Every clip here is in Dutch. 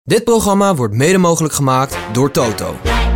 Dit programma wordt mede mogelijk gemaakt door Toto.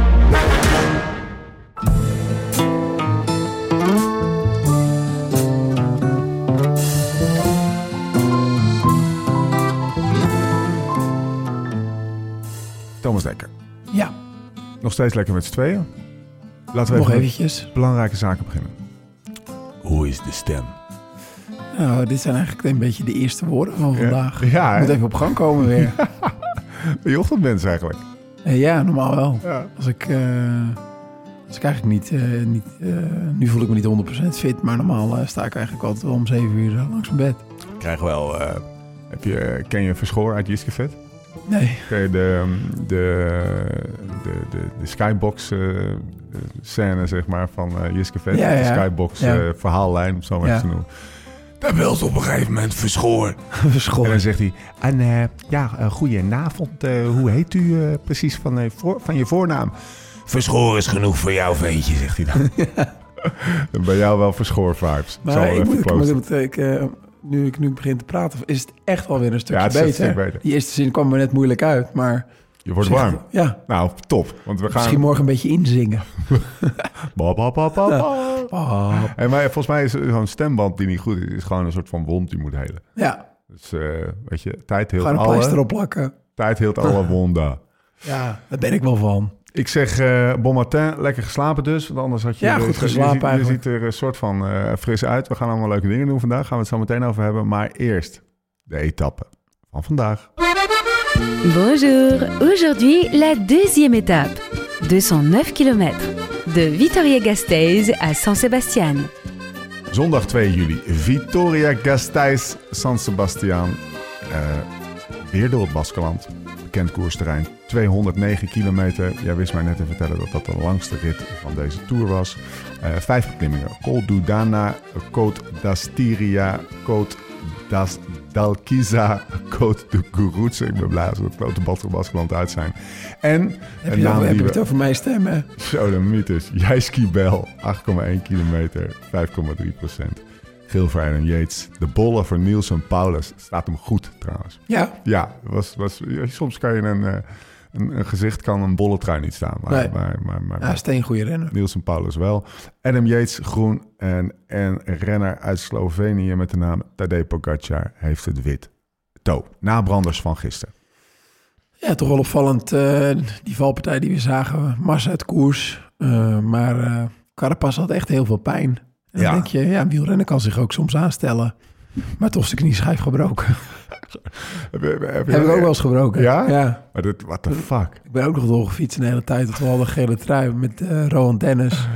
Thomas Dekker. Ja. Nog steeds lekker met z'n tweeën. Laten we Nog even eventjes. met belangrijke zaken beginnen. Hoe is de stem? Nou, dit zijn eigenlijk een beetje de eerste woorden van vandaag. Ja, Ik moet even op gang komen weer. Je ochtendmens eigenlijk. Ja, normaal wel. Ja. Als ik eigenlijk niet nu voel ik me niet 100% fit, maar normaal sta ik eigenlijk altijd wel om 7 uur langs mijn bed. Krijg wel... ken je Verschoor uit Jiskevet? Nee. Ken je de Skybox scène, zeg maar, van Jiskevet? Ja, ja. De Skybox verhaallijn, om zo maar te noemen. Daar belt op een gegeven moment Verschoor. Verschoor. En dan zegt hij... goedenavond. Hoe heet u precies van je voornaam? Verschoor is genoeg voor jou, ventje, zegt hij dan. En bij jou wel Verschoor-vibes. Nu ik begin te praten, is het echt wel weer een stukje beter. Een stuk beter. Die eerste zin kwam me net moeilijk uit, maar... Je wordt warm. Ja. Nou, top. Want we gaan... Misschien morgen een beetje inzingen. En volgens mij is zo'n stemband die niet goed is gewoon een soort van wond die moet helen. Ja. Dus weet je, tijd heelt gewoon een pleister opplakken. Tijd heelt alle wonden. Ja, daar ben ik wel van. Ik zeg bon matin, lekker geslapen dus. Want anders had je... Ja, goed geslapen je ziet er een soort van fris uit. We gaan allemaal leuke dingen doen vandaag. Gaan we het zo meteen over hebben. Maar eerst de etappe van vandaag. Bonjour, aujourd'hui la deuxième étape, 209 km, de Vitoria-Gasteiz à San Sebastián. Zondag 2 juli, Vitoria-Gasteiz, San Sebastián. Weer door het Baskeland. Bekend koersterrein, 209 kilometer. Jij wist mij net te vertellen dat dat de langste rit van deze Tour was. 5 beklimmingen. Col d'Udana, Côte d'Astiria, Côte d'Alquiza, Côte de Gurutse. Ik ben blij als we het grote Baskeland uit zijn. En heb je het over mijn stem, hè? Zo, de mythes. Jijskibel, 8,1 kilometer, 5,3%. Gilver en Yates. De bollen voor Nielsen Paulus. Staat hem goed, trouwens. Ja? Ja, soms kan je een gezicht kan een bolle trui niet staan. Maar steengoeie renner. Nielsen Paulus wel. Adam Yates, groen. En renner uit Slovenië met de naam Tadej Pogačar heeft het wit. Nabranders van gisteren. Ja, toch wel opvallend. Die valpartij die we zagen. Massa uit koers. Maar Carapaz had echt heel veel pijn. En dan denk je, een wielrenner kan zich ook soms aanstellen. Maar toch is de knieschijf gebroken. Heb ik ook wel eens gebroken. Ja? Ja. Maar what the fuck? Ik ben ook nog doorgefietst de hele tijd. Dat we hadden gele trui met Rowan Dennis.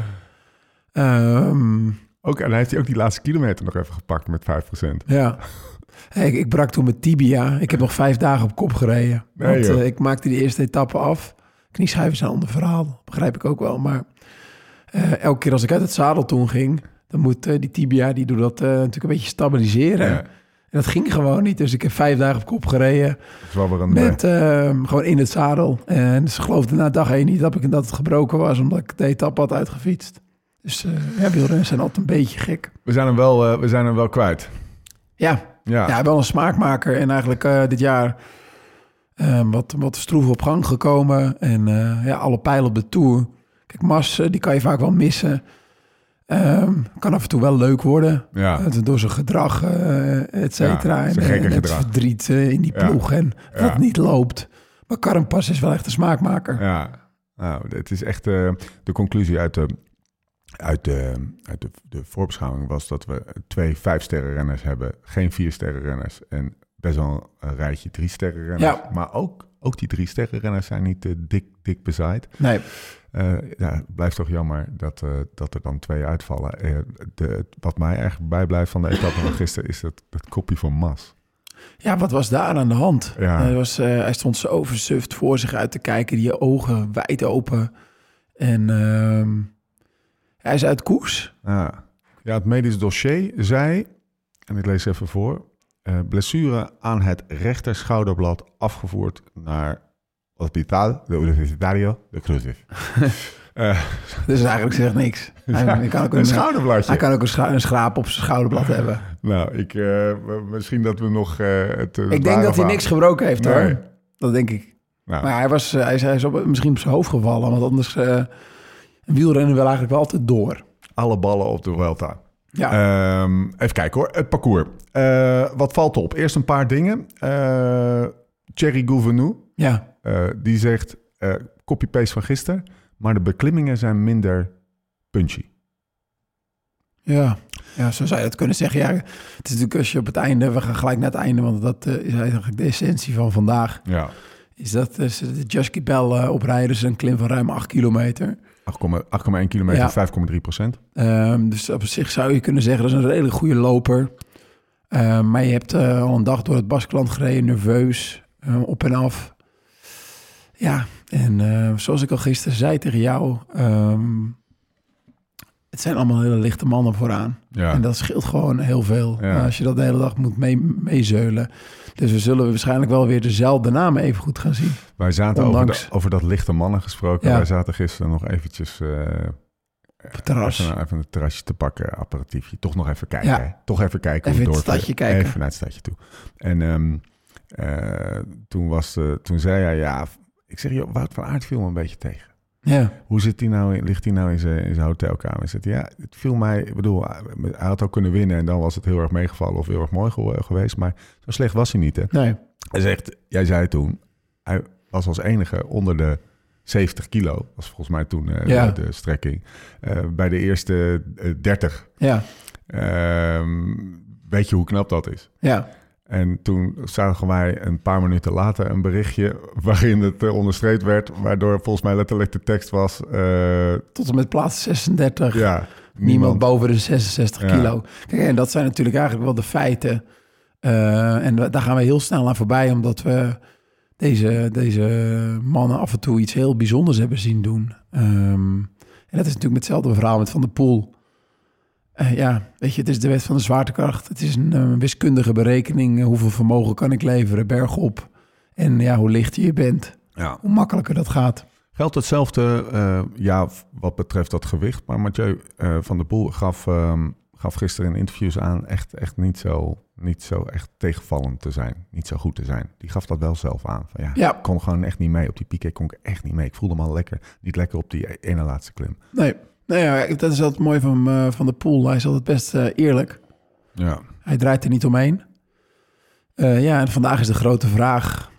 Ook, en hij heeft hij ook die laatste kilometer nog even gepakt met 5%. Ja. Hey, ik brak toen mijn tibia. Ik heb nog 5 dagen op kop gereden. Want ik maakte die eerste etappe af. Knieschijven zijn een ander verhaal. Begrijp ik ook wel. Maar elke keer als ik uit het zadel toen ging... dan moet die tibia, die doet dat natuurlijk een beetje stabiliseren. Ja. En dat ging gewoon niet. Dus ik heb 5 dagen op kop gereden. Met gewoon in het zadel. En ze geloofden na dag 1 niet dat het gebroken was... omdat ik de etappe had uitgefietst. Dus wielrenners zijn altijd een beetje gek. We zijn hem wel kwijt. Ja, wel een smaakmaker. En eigenlijk dit jaar wat stroef op gang gekomen. En alle pijlen op de Tour. Kijk, Mas, die kan je vaak wel missen... kan af en toe wel leuk worden. Ja. Door zijn gedrag, et cetera. Ja, en het verdriet in die ploeg en wat niet loopt. Maar Carapaz is wel echt een smaakmaker. Ja, nou, het is echt de conclusie uit de voorbeschouwing was dat we 2 5-sterren renners hebben, geen 4-sterren renners en best wel een rijtje 3-sterren renners. Ja. Maar ook die 3-sterren renners zijn niet dik bezaaid. Nee. Het blijft toch jammer dat er dan 2 uitvallen. Wat mij erg bijblijft van de etappe van gisteren is dat kopje van Mas. Ja, wat was daar aan de hand? Ja. Hij stond zo versuft voor zich uit te kijken, die ogen wijd open. En hij is uit koers. Ja, het medisch dossier zei, en ik lees even voor... blessure aan het rechter schouderblad afgevoerd naar Hospital de Universitario de Crucis. Dus eigenlijk zegt niks. Hij kan ook een schouderbladje. Hij kan ook een schraap op zijn schouderblad hebben. Nou, misschien dat we nog... ik denk dat hij niks gebroken heeft, hoor. Dat denk ik. Nou. Maar hij is misschien op zijn hoofd gevallen. Want anders... een wielrenner wil eigenlijk wel altijd door. Alle ballen op de Vuelta. Ja. Even kijken hoor. Het parcours. Wat valt op? Eerst een paar dingen. Thierry Gouvenou. Ja. Die zegt... copy-paste van gisteren. Maar de beklimmingen zijn minder punchy. Ja, zo zou je dat kunnen zeggen. Ja, het is natuurlijk als je op het einde... We gaan gelijk naar het einde, want dat is eigenlijk de essentie van vandaag. Ja. Is dat ze de Jusky Bell oprijden. Dus een klim van ruim 8 kilometer. 8,1 kilometer, 5,3%. Dus op zich zou je kunnen zeggen... dat is een redelijk goede loper. Maar je hebt al een dag door het Baskeland gereden. Nerveus, op en af. Ja, en zoals ik al gisteren zei tegen jou... het zijn allemaal hele lichte mannen vooraan. Ja. En dat scheelt gewoon heel veel. Ja. Als je dat de hele dag moet meezeulen. Dus we zullen waarschijnlijk wel weer dezelfde namen even goed gaan zien. Wij zaten over dat lichte mannen gesproken. Ja. Wij zaten gisteren nog eventjes... op het terras. Even een terrasje te pakken, aperitiefje. Toch nog even kijken. Ja. Toch even kijken. Even hoe het stadje kijken. Even naar het stadje toe. En toen zei hij... Ja, ik zeg, joh, Wout van Aert viel me een beetje tegen. Ja. Hoe ligt hij nou in zijn hotelkamer? Zegt hij, ja, het viel mij... Ik bedoel, hij had ook kunnen winnen... en dan was het heel erg meegevallen of heel erg mooi geweest. Maar zo slecht was hij niet, hè? Nee. Hij zegt, jij zei toen... Hij was als enige onder de 70 kilo. Was volgens mij toen de strekking. Bij de eerste 30. Ja. Weet je hoe knap dat is? Ja. En toen zagen wij een paar minuten later een berichtje... waarin het onderstreept werd... waardoor volgens mij letterlijk de tekst was... tot en met plaats 36. Ja, niemand boven de 66 kilo. Kijk, en dat zijn natuurlijk eigenlijk wel de feiten. En daar gaan we heel snel aan voorbij... omdat we deze mannen af en toe iets heel bijzonders hebben zien doen. En dat is natuurlijk met hetzelfde verhaal met Van der Poel... weet je, het is de wet van de zwaartekracht. Het is een wiskundige berekening. Hoeveel vermogen kan ik leveren, bergop. En hoe lichter je bent, hoe makkelijker dat gaat. Geldt hetzelfde, wat betreft dat gewicht. Maar Mathieu van der Poel gaf gisteren in interviews aan... echt niet zo echt tegenvallend te zijn. Niet zo goed te zijn. Die gaf dat wel zelf aan. Van, ik kon gewoon echt niet mee. Op die piquet kon ik echt niet mee. Ik voelde me al niet lekker op die ene laatste klim. Nee. Nou ja, dat is altijd mooi van de Poel. Hij is altijd best eerlijk. Ja. Hij draait er niet omheen. En vandaag is de grote vraag.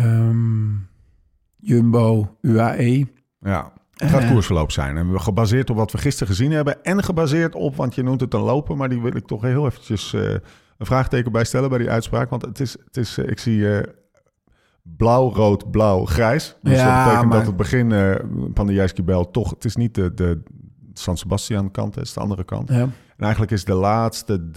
Jumbo, UAE. Ja, het gaat koersverloop zijn. En we gebaseerd op wat we gisteren gezien hebben... en gebaseerd op, want je noemt het een lopen... maar die wil ik toch heel eventjes een vraagteken bij stellen bij die uitspraak. Want het is ik zie... blauw, rood, blauw, grijs. Dus dat betekent dat het begin van de Jusky Bell toch... Het is niet de San Sebastian kant, het is de andere kant. Ja. En eigenlijk is de laatste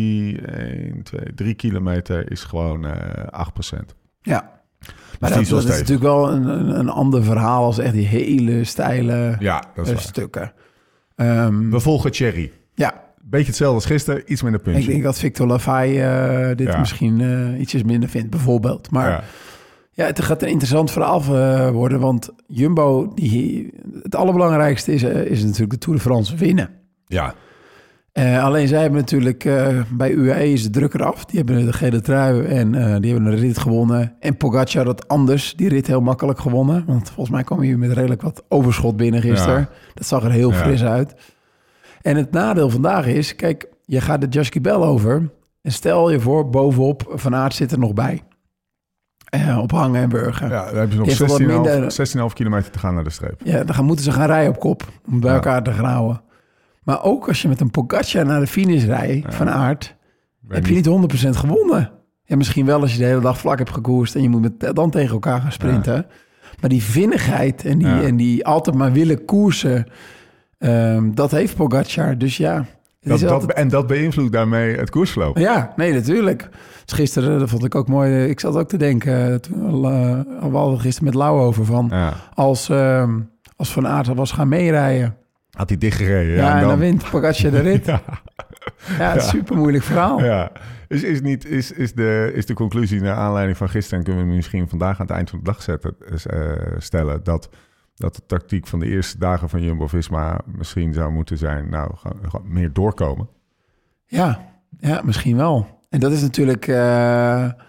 3 kilometer is gewoon 8%. Ja, maar dat is natuurlijk wel een ander verhaal... als echt die hele steile stukken. We volgen Thierry. Ja. Beetje hetzelfde als gisteren, iets minder puntje. Ik denk dat Victor Lafay dit misschien ietsjes minder vindt, bijvoorbeeld. Maar... Ja, het gaat een interessant verhaal worden, want Jumbo, het allerbelangrijkste is natuurlijk de Tour de France winnen. Ja. Alleen zij hebben natuurlijk, bij UAE is de druk eraf. Die hebben de gele trui en die hebben een rit gewonnen. En Pogacar had anders, die rit heel makkelijk gewonnen. Want volgens mij kwam hij met redelijk wat overschot binnen gisteren. Ja. Dat zag er heel fris uit. En het nadeel vandaag is, kijk, je gaat de Jusky Bell over. En stel je voor, bovenop Van Aert zit er nog bij. Op hangen en burgen. Ja, dan heb je nog 16,5 kilometer te gaan naar de streep. Ja, dan moeten ze gaan rijden op kop. Om bij elkaar te grauwen. Maar ook als je met een Pogacar naar de finish rijdt, Van Aert... heb je niet 100% gewonnen. Ja, misschien wel als je de hele dag vlak hebt gekoerst... en je moet dan tegen elkaar gaan sprinten. Ja. Maar die vinnigheid en die altijd maar willen koersen... dat heeft Pogacar. Dus ja... En dat beïnvloedt daarmee het koersverloop. Ja, nee, natuurlijk. Dus gisteren, dat vond ik ook mooi. Ik zat ook te denken, toen we hadden gisteren met Lau over van... Ja. Als Van Aert was gaan meerijden... Had hij dichtgereden. Ja, en dan wint Pogacar de rit. Ja, het is een super moeilijk verhaal. Ja. Is de conclusie naar aanleiding van gisteren... en kunnen we misschien vandaag aan het eind van de dag stellen... dat de tactiek van de eerste dagen van Jumbo-Visma misschien zou moeten zijn... meer doorkomen. Ja, misschien wel. En dat is natuurlijk...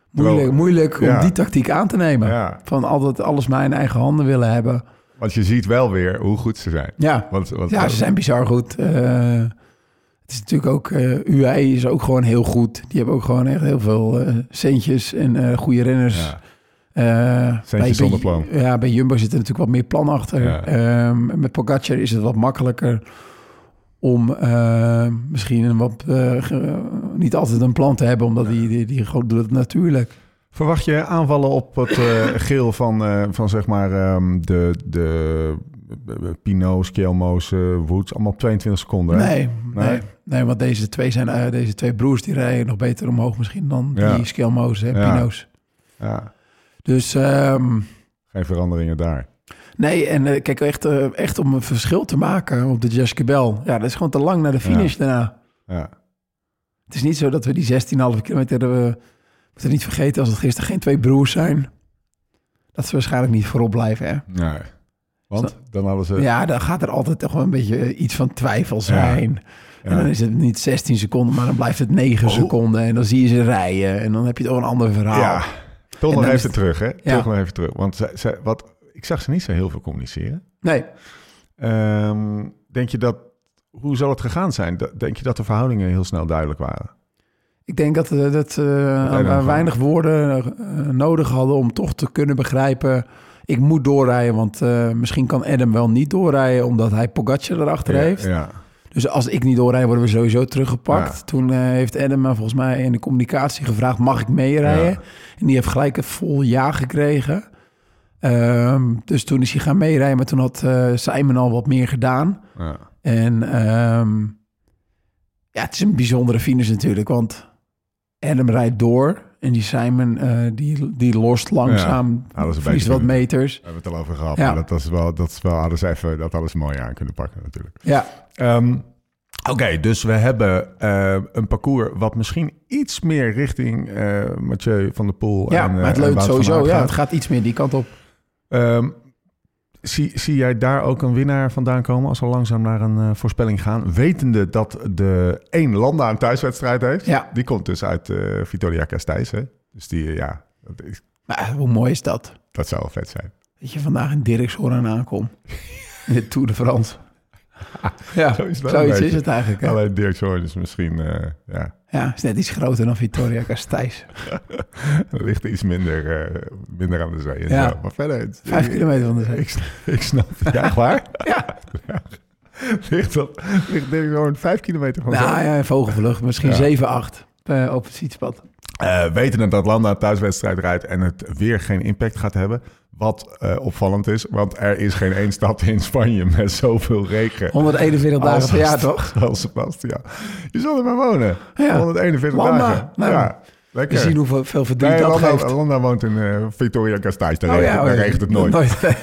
Moeilijk om die tactiek aan te nemen. Ja. Van altijd alles maar in eigen handen willen hebben. Want je ziet wel weer hoe goed ze zijn. Ja, ze zijn bizar goed. Het is natuurlijk ook... UAE is ook gewoon heel goed. Die hebben ook gewoon echt heel veel centjes en goede renners. Centjes zonder plan. Ja, bij Jumbo zit er natuurlijk wat meer plan achter. Ja. Met Pogacar is het wat makkelijker om misschien niet altijd een plan te hebben, omdat die gewoon doet het natuurlijk. Verwacht je aanvallen op het geel van zeg maar de Pinot's, Kelmo's, Woods, allemaal op 22 seconden? Nee, want deze twee broers die rijden nog beter omhoog misschien dan die Skelmo's en Pinot's. Ja. Dus geen veranderingen daar. Nee, en kijk, echt om een verschil te maken op de Jasquebel. Ja, dat is gewoon te lang naar de finish daarna. Ja. Het is niet zo dat we die 16,5 kilometer... we moeten niet vergeten, als het gisteren geen twee broers zijn... dat ze waarschijnlijk niet voorop blijven, hè? Nee. Want dan hadden ze... Ja, dan gaat er altijd toch wel een beetje iets van twijfel zijn. Ja. En dan is het niet 16 seconden, maar dan blijft het 9 seconden. En dan zie je ze rijden. En dan heb je toch een ander verhaal. Ja, toch nog even terug, hè? Toch nog even terug. Want ik zag ze niet zo heel veel communiceren. Nee. Denk je dat... Hoe zal het gegaan zijn? Denk je dat de verhoudingen heel snel duidelijk waren? Ik denk dat we weinig woorden nodig hadden om toch te kunnen begrijpen... ik moet doorrijden, want misschien kan Adam wel niet doorrijden... omdat hij Pogacar erachter heeft. Ja. Dus als ik niet doorrijd, worden we sowieso teruggepakt. Ja. Toen heeft Adam volgens mij in de communicatie gevraagd... mag ik meerijden? Ja. En die heeft gelijk een vol ja gekregen. Dus toen is hij gaan meerijden, maar toen had Simon al wat meer gedaan. Ja. En het is een bijzondere finish natuurlijk, want Adam rijdt door en die Simon die lost langzaam, verliest wat meters. We hebben het al over gehad. Ja. Dat hadden ze mooi aan kunnen pakken natuurlijk. Ja. Oké, dus we hebben een parcours wat misschien iets meer richting Mathieu van der Poel. Ja, maar het leunt sowieso. Ja, het gaat iets meer die kant op. Zie jij daar ook een winnaar vandaan komen als we langzaam naar een voorspelling gaan? Wetende dat de 1 Landa een thuiswedstrijd heeft. Ja. Die komt dus uit Vitoria-Gasteiz. Hè? Dus dat is... Maar hoe mooi is dat? Dat zou wel vet zijn. Dat je vandaag in Dirkshoorn aankomt. In de Tour de France. Ja, zoiets is het eigenlijk. Hè? Alleen Dirkshoorn is misschien... Ja, is net iets groter dan Vitoria-Gasteiz. Dat ligt iets minder aan de zee. Ja. Maar verder... 5 kilometer van de zee. Ik snap het. Ja, waar? Ja. Ligt Dirkshoorn 5 kilometer van de zee? Ja, vogelvlucht. Misschien 7, 8 op het fietspad. Weten dat Landa een thuiswedstrijd rijdt en het weer geen impact gaat hebben. Wat opvallend is, want er is geen één stad in Spanje met zoveel regen. 141 dagen per jaar, toch? Als Sebastian. Je zal er maar wonen. Ja. 141 dagen. Nou, ja, lekker. We zien hoeveel verdriet dat geeft. Landa woont in Vitoria-Gasteiz. Daar regent het nooit.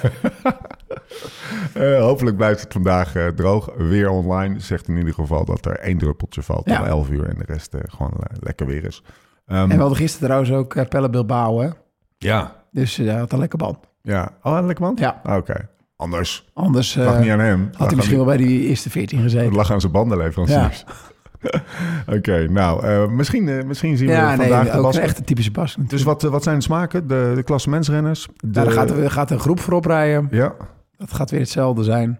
Hopelijk blijft het vandaag droog. Weer online. Zegt in ieder geval dat er 1 druppeltje valt om 11 uur en de rest gewoon lekker weer is. En we hadden gisteren trouwens ook Pelle Bilbao, hè? Ja. Dus hij had een lekker band. Ja. Oh, een lekker band? Ja. Oké. Anders lag niet aan hem. Had hij misschien wel bij die eerste 14 gezeten. Het lag aan zijn bandenleveranciers. Ja. Oké, nou, misschien zien we vandaag de ook een echte typische Basque. Dus wat zijn de smaken? De klassementsrenners? Daar gaat een groep voorop rijden. Ja. Dat gaat weer hetzelfde zijn.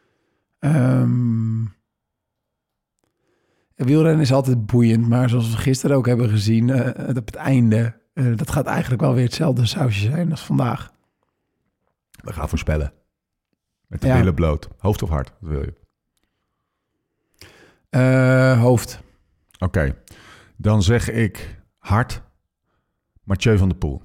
Wielrennen is altijd boeiend, maar zoals we gisteren ook hebben gezien, op het einde, dat gaat eigenlijk wel weer hetzelfde sausje zijn als vandaag. We gaan voorspellen. Met de billen bloot. Hoofd of hart? Wat wil je? Hoofd. Oké. Dan zeg ik hart. Mathieu van der Poel.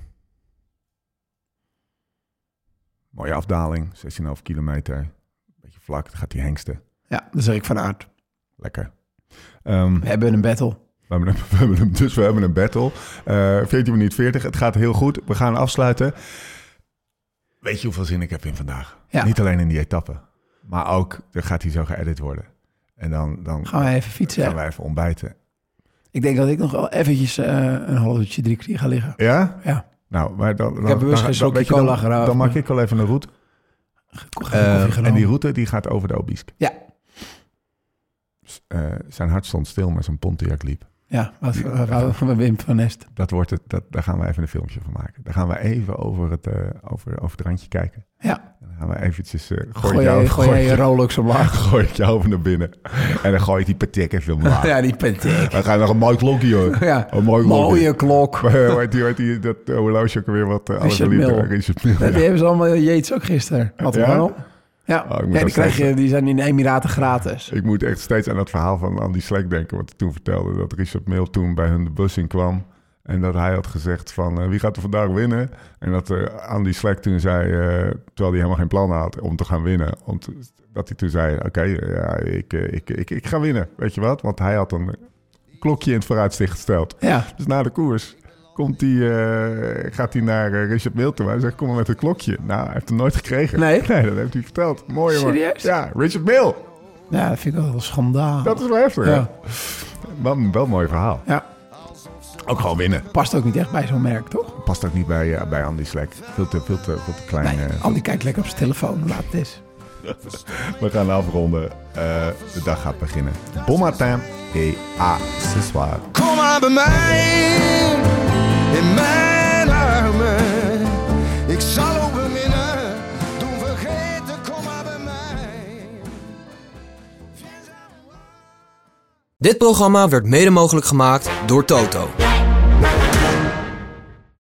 Mooie afdaling. 16,5 kilometer. Beetje vlak. Dan gaat hij hengsten. Ja, dan zeg ik Van Aert. Lekker. We hebben een battle. We hebben een battle. 14 minuten 40. Het gaat heel goed. We gaan afsluiten. Weet je hoeveel zin ik heb in vandaag? Ja. Niet alleen in die etappe. Maar ook, er gaat hij zo geëdit worden. En dan gaan wij even fietsen. Gaan wij even ontbijten. Ik denk dat ik nog wel eventjes een half uurtje 3 kwartier ga liggen. Ja? Ja. Nou, maar dan ik heb bewust geen slokje cola geraakt. Dan maak ik wel even een route. En die route die gaat over de Obisque. Ja. Zijn hart stond stil, maar zijn Pontiac liep. Ja, wat Wim van Nest. Dat wordt het. Daar gaan we even een filmpje van maken. Daar gaan we even over het randje kijken. Ja. Dan gaan we eventjes... Gooi je Rolex omlaag. Gooi ik je over naar binnen. En dan gooi je die Patek even omlaag. Ja, die Patek. Dan ga je nog een mooi klokje, hoor. Ja, een mooie klok. Hoe heet die, dat horloge ook weer wat... Richard Mille. Ja. Die hebben ze allemaal Yates ook gisteren. Wat waarom? Ja, die zijn in de Emiraten gratis. Ik moet echt steeds aan dat verhaal van Andy Schleck denken. Wat hij toen vertelde. Dat Richard Mille toen bij hun de bus in kwam. En dat hij had gezegd van wie gaat er vandaag winnen? En dat Andy Schleck toen zei, terwijl hij helemaal geen plan had om te gaan winnen. Dat hij toen zei, ik ga winnen. Weet je wat? Want hij had een klokje in het vooruitzicht gesteld. Ja. Dus na de koers gaat hij naar Richard Mille toe. Hij zegt, kom maar met het klokje. Nou, hij heeft hem nooit gekregen. Nee, dat heeft hij verteld. Mooi, jongen. Serieus? Ja, Richard Mille. Ja, dat vind ik wel een schandaal. Dat is wel heftig, ja. Wel een mooi verhaal. Ja. Ook gewoon winnen. Past ook niet echt bij zo'n merk, toch? Past ook niet bij Andy Schleck. Veel te klein. Nee, Andy kijkt lekker op zijn telefoon. Laat het eens. We gaan afronden. De dag gaat beginnen. Bon matin et à ce soir. Kom maar bij mij, in mijn armen. Ik zal ook beminnen, doen vergeten, kom maar bij mij. Dit programma werd mede mogelijk gemaakt door Toto.